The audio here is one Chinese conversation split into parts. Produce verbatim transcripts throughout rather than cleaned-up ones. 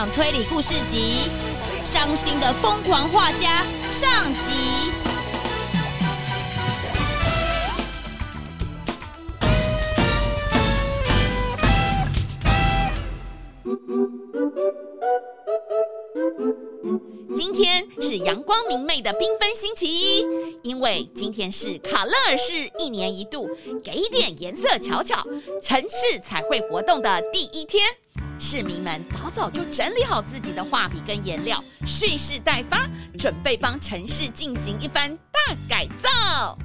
上推理故事集《伤心的疯狂画家》上集。今天是阳光明媚的缤纷星期一，因为今天是卡勒尔市一年一度给点颜色瞧瞧城市彩绘活动的第一天。市民们早早就整理好自己的画笔跟颜料，蓄势待发，准备帮城市进行一番大改造。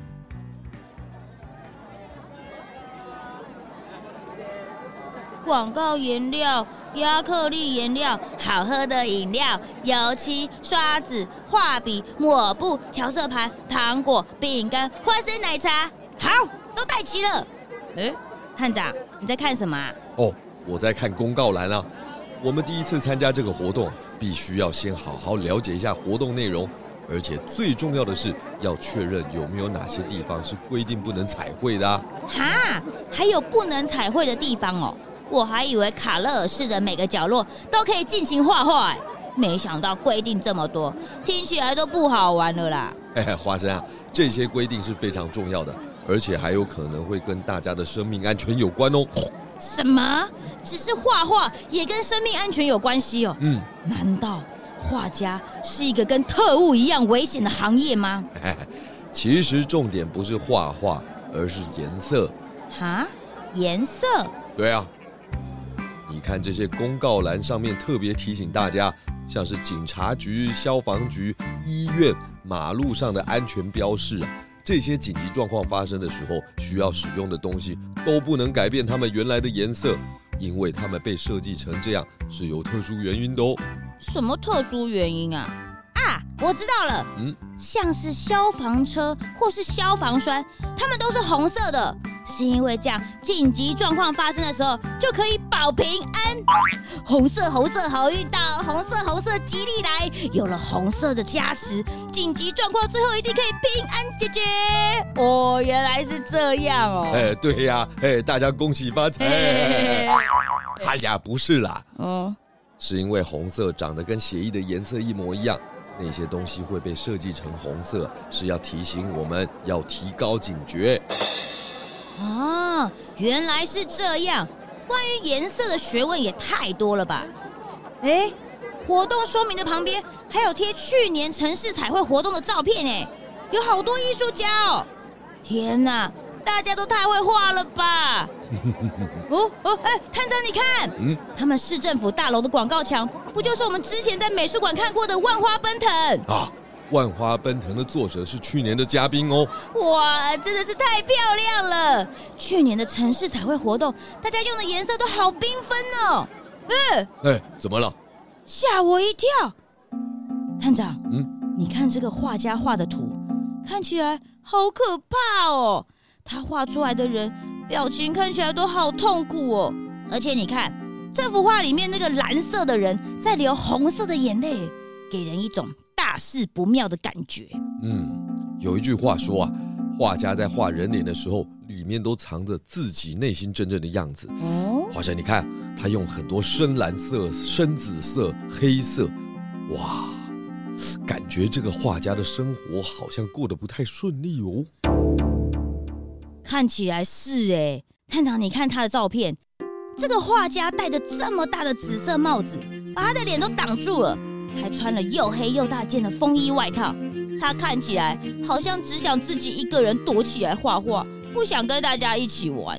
广告颜料、亚克力颜料、好喝的饮料、油漆、刷子、画笔、抹布、调色盘、糖果、饼干、花生奶茶，好，都带齐了。哎，探长，你在看什么啊？ 哦，我在看公告栏啊。我们第一次参加这个活动，必须要先好好了解一下活动内容，而且最重要的是要确认有没有哪些地方是规定不能彩绘的啊。 哈，还有不能彩绘的地方哦。我还以为卡勒尔市的每个角落都可以尽情画画，哎，没想到规定这么多，听起来都不好玩了啦。 哎，花生啊，这些规定是非常重要的，而且还有可能会跟大家的生命安全有关哦。 什么？只是画画也跟生命安全有关系哦？嗯，难道画家是一个跟特务一样危险的行业吗？ 哎，其实重点不是画画，而是颜色。 哈？颜色？ 对啊。你看这些公告栏上面特别提醒大家，像是警察局、消防局、医院、马路上的安全标示啊，这些紧急状况发生的时候需要使用的东西都不能改变它们原来的颜色，因为它们被设计成这样是有特殊原因的哦。 什么特殊原因啊？啊，我知道了，嗯，像是消防车或是消防栓，它们都是红色的，是因为这样紧急状况发生的时候就可以保平安。红色红色好运到，红色红色吉利来，有了红色的加持，紧急状况最后一定可以平安解决。哦，原来是这样哦。 哎，对呀，哎，大家恭喜发财。哎呀，不是啦，嗯，是因为红色长得跟血液的颜色一模一样。那些东西会被设计成红色，是要提醒我们要提高警觉。 啊，原来是这样！关于颜色的学问也太多了吧？哎，活动说明的旁边还有贴去年城市彩绘活动的照片，哎，有好多艺术家哦！天哪，大家都太会画了吧！哦哦，哎，探长你看，嗯，他们市政府大楼的广告墙，不就是我们之前在美术馆看过的万花奔腾啊？万花奔腾的作者是去年的嘉宾哦。 哇，真的是太漂亮了！去年的城市彩绘活动，大家用的颜色都好缤纷哦。嗯， 哎，怎么了？ 吓我一跳！探长，嗯，你看这个画家画的图，看起来好可怕哦。他画出来的人表情看起来都好痛苦哦，而且你看这幅画里面那个蓝色的人在流红色的眼泪，给人一种大事不妙的感觉。 嗯，有一句话说啊，画家在画人脸的时候，里面都藏着自己内心真正的样子。哦，好像你看他用很多深蓝色、深紫色、黑色，哇，感觉这个画家的生活好像过得不太顺利哦。 看起来是耶，探长，你看他的照片，这个画家戴着这么大的紫色帽子，把他的脸都挡住了，还穿了又黑又大件的风衣外套。他看起来好像只想自己一个人躲起来画画，不想跟大家一起玩。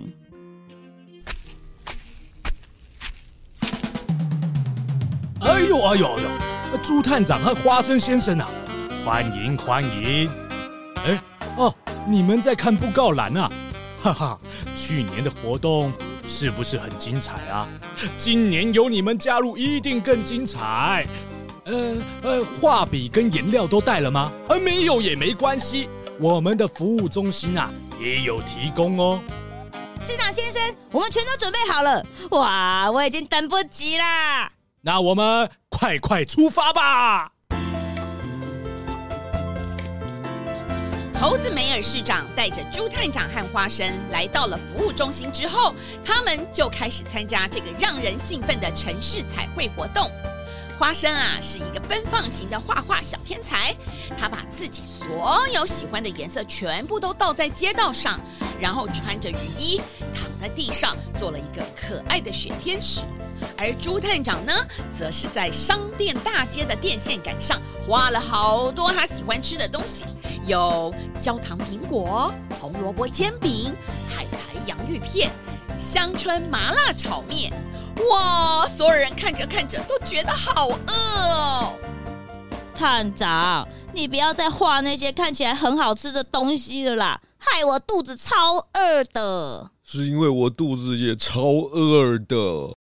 哎呦哎呦哎呦，朱探长和花生先生啊，欢迎欢迎！哎哦，你们在看布告栏啊？哈哈，去年的活动是不是很精彩啊？今年有你们加入，一定更精彩。呃呃，画笔跟颜料都带了吗？呃，没有也没关系，我们的服务中心啊也有提供哦。 市长先生，我们全都准备好了。哇，我已经等不及啦！ 那我们快快出发吧！ 猴子梅尔市长带着猪探长和花生来到了服务中心之后，他们就开始参加这个让人兴奋的城市彩绘活动。花生啊，是一个奔放型的画画小天才，他把自己所有喜欢的颜色全部都倒在街道上，然后穿着雨衣躺在地上做了一个可爱的雪天使。而猪探长呢，则是在商店大街的电线杆上画了好多他喜欢吃的东西，有焦糖苹果、红萝卜煎饼、海苔洋芋片、香椿麻辣炒面。哇！所有人看着看着都觉得好饿哦。 探长，你不要再画那些看起来很好吃的东西了啦，害我肚子超饿的。 是因为我肚子也超饿的。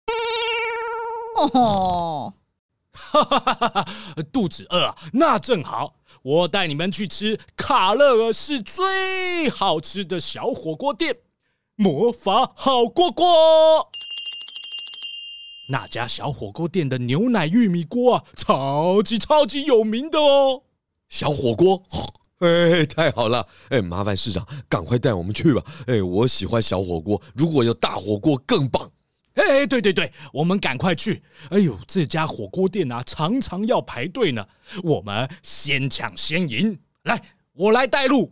哦， 哈哈哈哈！肚子饿啊，那正好，我带你们去吃卡勒尔市最好吃的小火锅店——魔法好锅锅。那家小火锅店的牛奶玉米锅啊，超级超级有名的哦。 小火锅，哎，太好了！哎，麻烦市长赶快带我们去吧。哎，我喜欢小火锅，如果有大火锅更棒。 哎，对对对，我们赶快去！哎呦，这家火锅店啊，常常要排队呢。我们先抢先赢，来，我来带路。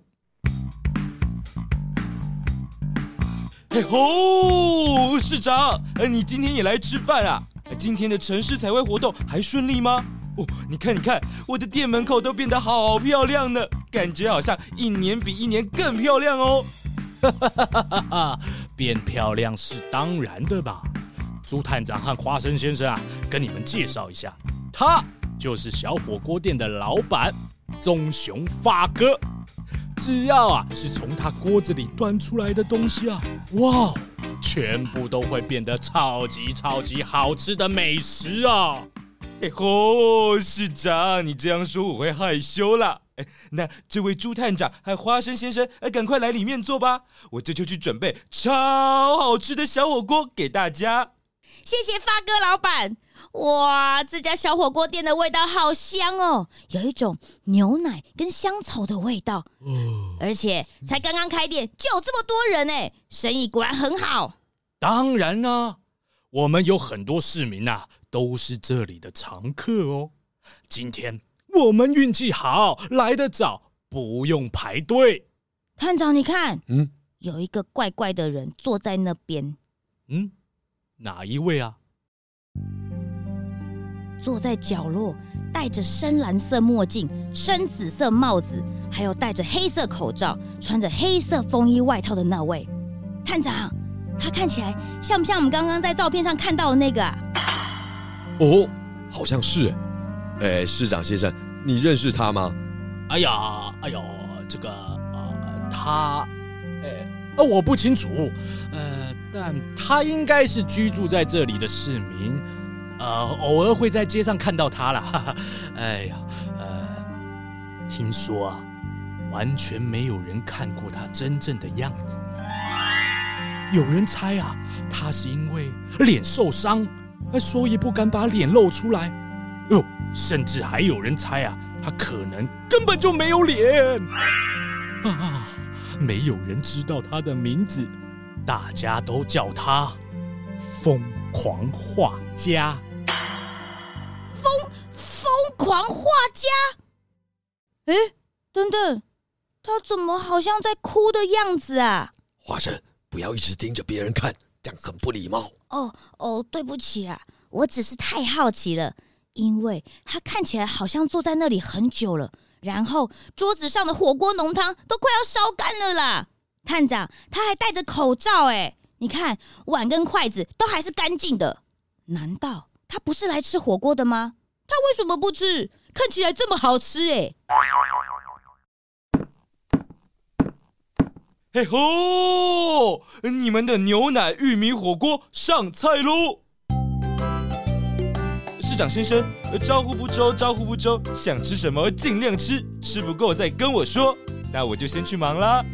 嘿吼，市长，你今天也来吃饭啊？今天的城市彩绘活动还顺利吗？哦，你看，你看，我的店门口都变得好漂亮呢，感觉好像一年比一年更漂亮哦。 哈哈哈哈哈！变漂亮是当然的吧？猪探长和花生先生啊，跟你们介绍一下，他就是小火锅店的老板棕熊发哥。只要啊是从他锅子里端出来的东西啊，哇，全部都会变得超级超级好吃的美食啊！ 嘿吼，市长，你这样说我会害羞啦。那这位猪探长和花生先生，赶快来里面坐吧，我这就去准备超好吃的小火锅给大家。 谢谢发哥老板。哇，这家小火锅店的味道好香哦，有一种牛奶跟香草的味道。哦、而且才刚刚开店就有这么多人哎，生意果然很好。 当然啦、啊，我们有很多市民啊，都是这里的常客哦。今天我们运气好，来得早，不用排队。 探长，你看， 嗯， 有一个怪怪的人坐在那边。 嗯，哪一位啊？ 坐在角落，戴着深蓝色墨镜、深紫色帽子，还有戴着黑色口罩、穿着黑色风衣外套的那位。探长，他看起来像不像我们刚刚在照片上看到的那个啊？ 哦，好像是哎。哎，市长先生，你认识他吗？ 哎呀，哎呦，这个呃，他，呃，我不清楚，呃，但他应该是居住在这里的市民。呃，偶尔会在街上看到他啦，哈哈。哎呀，呃，听说啊，完全没有人看过他真正的样子。有人猜啊，他是因为脸受伤，所以不敢把脸露出来。哟，甚至还有人猜啊，他可能根本就没有脸。啊，没有人知道他的名字，大家都叫他疯狂画家。 疯疯狂画家？哎，等等，他怎么好像在哭的样子啊？ 花生，不要一直盯着别人看，这样很不礼貌。 哦哦，对不起啊，我只是太好奇了，因为他看起来好像坐在那里很久了，然后桌子上的火锅浓汤都快要烧干了啦。探长，他还戴着口罩哎，你看碗跟筷子都还是干净的，难道他不是来吃火锅的吗？他为什么不吃？看起来这么好吃哎！ 嘿吼！你们的牛奶玉米火锅上菜喽！市长先生，招呼不周，招呼不周，想吃什么尽量吃，吃不够再跟我说。那我就先去忙啦。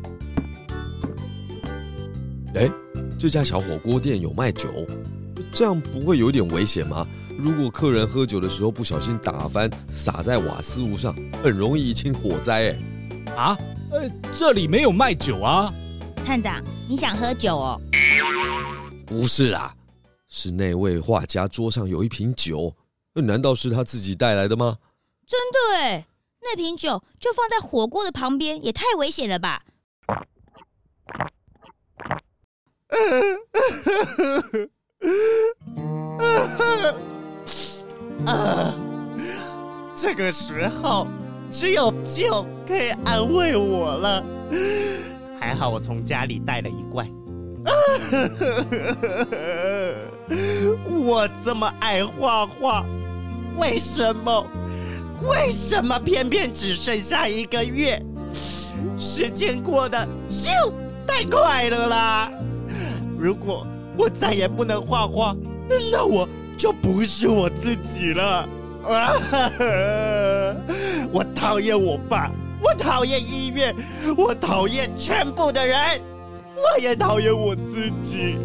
哎，这家小火锅店有卖酒，这样不会有点危险吗？如果客人喝酒的时候不小心打翻，洒在瓦斯炉上，很容易引起火灾。哎， 啊， 呃，这里没有卖酒啊。 探长，你想喝酒哦？ 不是啦，是那位画家桌上有一瓶酒，难道是他自己带来的吗？ 真的哎，那瓶酒就放在火锅的旁边，也太危险了吧！ 啊，这个时候只有酒可以安慰我了。还好我从家里带了一罐。我这么爱画画，为什么？为什么偏偏只剩下一个月？时间过得咻，太快了啦！如果我再也不能画画，那我就不是我自己了。我讨厌我爸，我讨厌医院，我讨厌全部的人，我也讨厌我自己。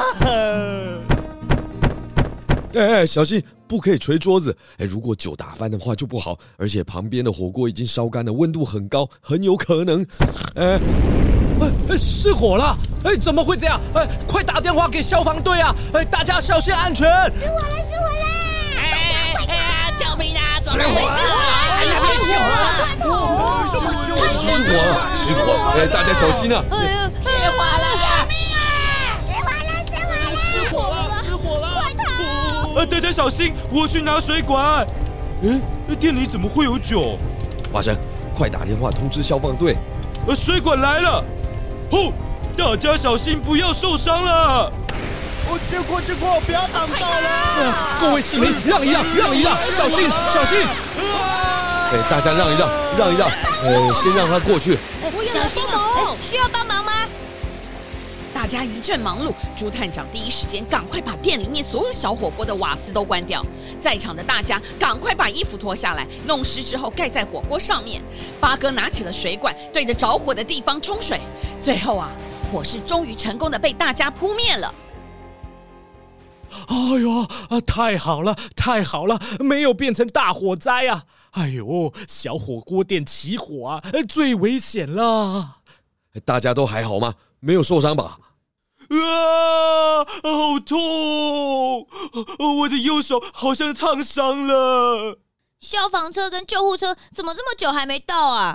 哎哎，小心，不可以捶桌子！哎，如果酒打翻的话就不好，而且旁边的火锅已经烧干了，温度很高，很有可能……哎， 哎，失火了！哎，怎么会这样？哎，快打电话给消防队啊！哎，大家小心安全！ 失火了，失火了！ 哎哎呀，救命啊！怎么回事啊？ 失火了！ 失火了！失火！哎，大家小心啊！ 哎呀， 别火了！ 救命啊！失火了，失火了！ 失火了！失火了！ 快逃！ 呃，大家小心，我去拿水管。哎，店里怎么会有酒？ 华生，快打电话通知消防队！ 呃，水管来了！吼，大家小心，不要受伤了！ 我借过，借过，不要挡道了！ 各位市民，让一让，让一让，小心，小心！ 哎，大家让一让，让一让，呃，先让他过去。 小心哦！哎，需要帮忙吗？ 大家一阵忙碌，朱探长第一时间赶快把店里面所有小火锅的瓦斯都关掉。在场的大家赶快把衣服脱下来，弄湿之后盖在火锅上面。发哥拿起了水管，对着着火的地方冲水。最后啊，火势终于成功的被大家扑灭了。 哎呦，啊，太好了，太好了，没有变成大火灾啊！哎呦，小火锅店起火啊，最危险了。 大家都还好吗？没有受伤吧？ 啊，好痛！我的右手好像烫伤了。 消防车跟救护车怎么这么久还没到啊？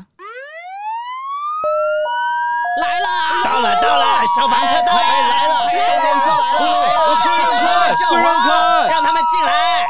来了！ 到了，到了！消防车到了！ 来了！消防车来了！ 快让开！让他们进来！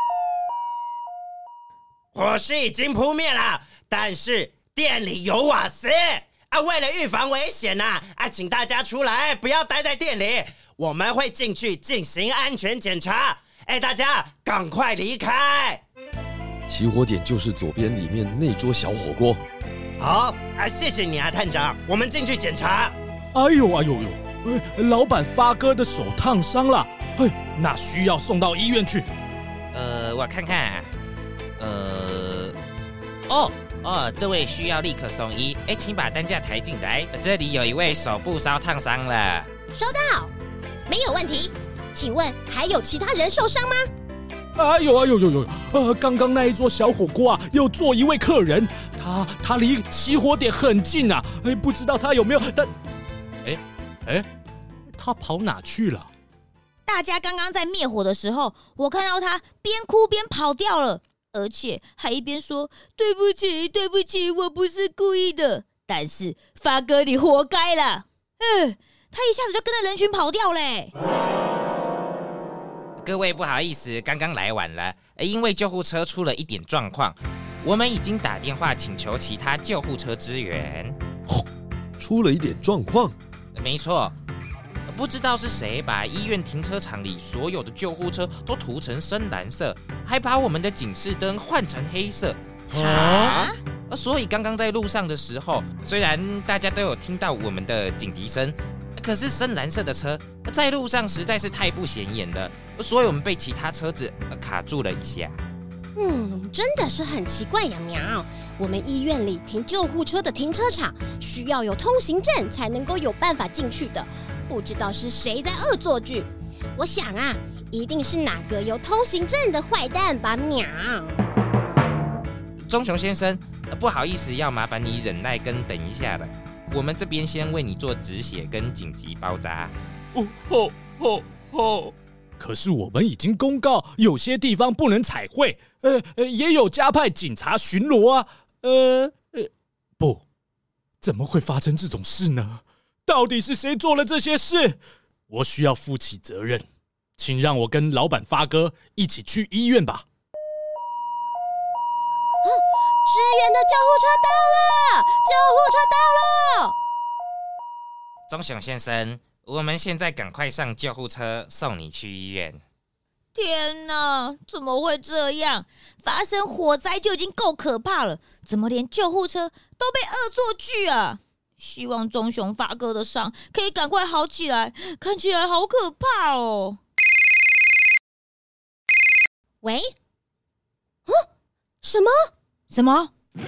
火势已经扑灭了，但是店里有瓦斯啊！为了预防危险呐，啊，请大家出来，不要待在店里，我们会进去进行安全检查。哎，大家赶快离开！ 起火点就是左边里面那桌小火锅。 好啊，谢谢你啊，探长，我们进去检查。 哎呦哎呦呦！哎，老板发哥的手烫伤了，哎，那需要送到医院去。 呃，我看看，呃，哦哦，这位需要立刻送医。哎，请把担架抬进来，这里有一位手部烧烫伤了。 收到，没有问题。请问还有其他人受伤吗？ 哎呦哎呦呦呦！呃，刚刚那一桌小火锅啊，有坐一位客人，他他离起火点很近啊，哎，不知道他有没有？但，哎哎，他跑哪去了？ 大家刚刚在灭火的时候，我看到他边哭边跑掉了，而且还一边说对不起对不起，我不是故意的。但是发哥你活该啦！嗯，他一下子就跟着人群跑掉嘞。 各位不好意思，刚刚来晚了，因为救护车出了一点状况，我们已经打电话请求其他救护车支援。 出了一点状况？ 没错，不知道是谁把医院停车场里所有的救护车都涂成深蓝色，还把我们的警示灯换成黑色。 啊！ 所以刚刚在路上的时候，虽然大家都有听到我们的警笛声，可是深蓝色的车在路上实在是太不显眼了，所以我们被其他车子卡住了一下。 嗯，真的是很奇怪呀，苗。我们医院里停救护车的停车场需要有通行证才能够有办法进去的，不知道是谁在恶作剧。我想啊，一定是哪个有通行证的坏蛋吧，苗。 棕熊先生， 不好意思，要麻烦你忍耐跟等一下了。我们这边先为你做止血跟紧急包扎。 哦吼吼吼！可是我们已经公告，有些地方不能彩绘，呃呃，也有加派警察巡逻啊。呃呃，不，怎么会发生这种事呢？到底是谁做了这些事？我需要负起责任，请让我跟老板发哥一起去医院吧。 支援的救护车到了！救护车到了！ 钟雄先生，我们现在赶快上救护车送你去医院。 天哪，怎么会这样？发生火灾就已经够可怕了，怎么连救护车都被恶作剧啊？希望钟雄发哥的伤可以赶快好起来，看起来好可怕哦。 喂？啊？什么？ 什么？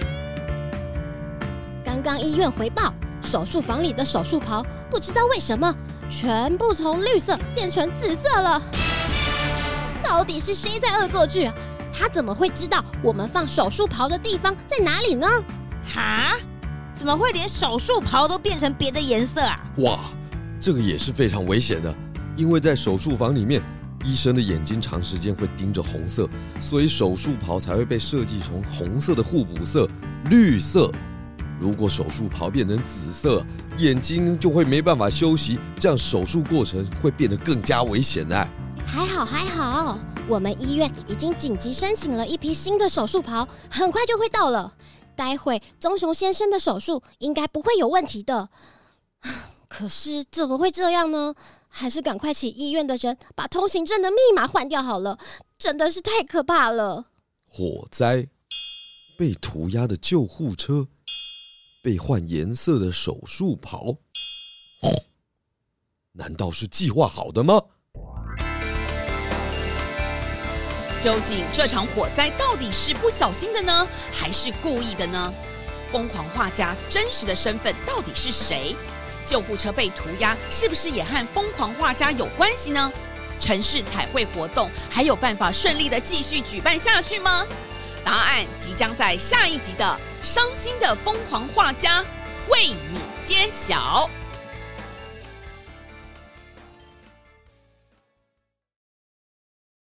刚刚医院回报，手术房里的手术袍不知道为什么全部从绿色变成紫色了。到底是谁在恶作剧啊？他怎么会知道我们放手术袍的地方在哪里呢？ 哈？怎么会连手术袍都变成别的颜色啊？ 哇，这个也是非常危险的，因为在手术房里面，医生的眼睛长时间会盯着红色，所以手术袍才会被设计成红色的互补色绿色。如果手术袍变成紫色，眼睛就会没办法休息，这样手术过程会变得更加危险哎。 还好还好，我们医院已经紧急申请了一批新的手术袍，很快就会到了。待会钟雄先生的手术应该不会有问题的。可是怎么会这样呢？还是赶快请医院的人把通行证的密码换掉好了，真的是太可怕了。 火灾，被涂鸦的救护车，被换颜色的手术袍，难道是计划好的吗？ 究竟这场火灾到底是不小心的呢，还是故意的呢？疯狂画家真实的身份到底是谁？救护车被涂鸦是不是也和疯狂画家有关系呢？城市彩绘活动还有办法顺利的继续举办下去吗？答案即将在下一集的《伤心的疯狂画家》为你揭晓。